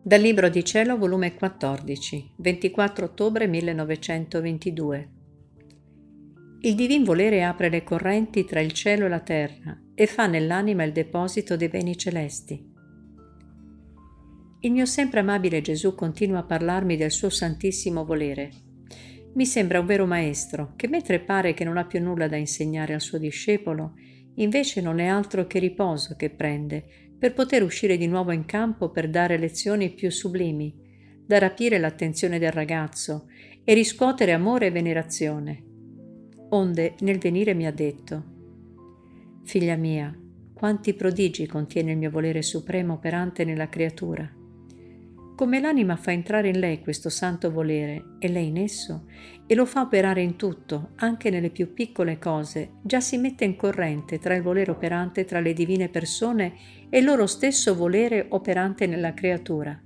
Dal Libro di Cielo, volume 14, 24 ottobre 1922. Il divin volere apre le correnti tra il cielo e la terra e fa nell'anima il deposito dei beni celesti. Il mio sempre amabile Gesù continua a parlarmi del suo santissimo volere. Mi sembra un vero maestro che, mentre pare che non ha più nulla da insegnare al suo discepolo, invece non è altro che riposo che prende per poter uscire di nuovo in campo per dare lezioni più sublimi, da rapire l'attenzione del ragazzo e riscuotere amore e venerazione. Onde nel venire mi ha detto: «Figlia mia, quanti prodigi contiene il mio volere supremo operante nella creatura. Come l'anima fa entrare in lei questo santo volere e lei in esso, e lo fa operare in tutto, anche nelle più piccole cose, già si mette in corrente tra il volere operante tra le divine persone e il loro stesso volere operante nella creatura.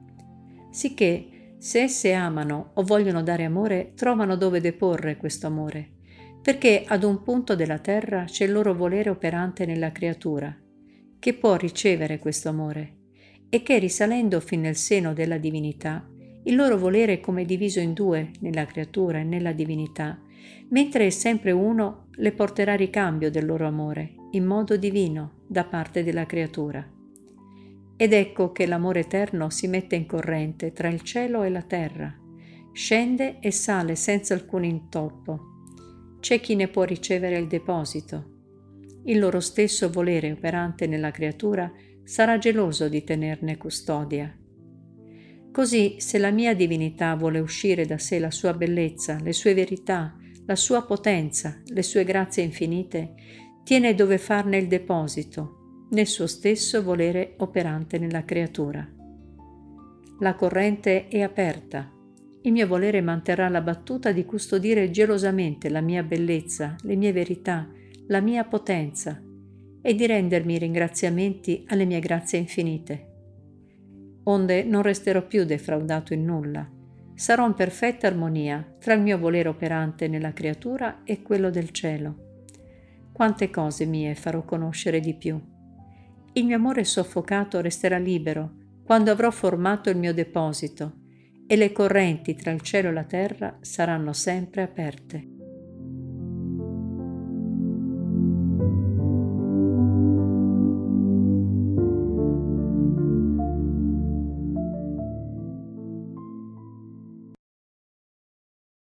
Sicché, se esse amano o vogliono dare amore, trovano dove deporre questo amore, perché ad un punto della terra c'è il loro volere operante nella creatura, che può ricevere questo amore, e che, risalendo fin nel seno della divinità, il loro volere è come diviso in due nella creatura e nella divinità, mentre è sempre uno, le porterà ricambio del loro amore, in modo divino, da parte della creatura. Ed ecco che l'amore eterno si mette in corrente tra il cielo e la terra, scende e sale senza alcun intoppo. C'è chi ne può ricevere il deposito. Il loro stesso volere operante nella creatura sarà geloso di tenerne custodia. Così, se la mia divinità vuole uscire da sé la sua bellezza, le sue verità, la sua potenza, le sue grazie infinite, tiene dove farne il deposito, nel suo stesso volere operante nella creatura. La corrente è aperta. Il mio volere manterrà la battuta di custodire gelosamente la mia bellezza, le mie verità, la mia potenza, e di rendermi ringraziamenti alle mie grazie infinite. Onde non resterò più defraudato in nulla. Sarò in perfetta armonia tra il mio volere operante nella creatura e quello del cielo. Quante cose mie farò conoscere di più. Il mio amore soffocato resterà libero quando avrò formato il mio deposito, e le correnti tra il cielo e la terra saranno sempre aperte.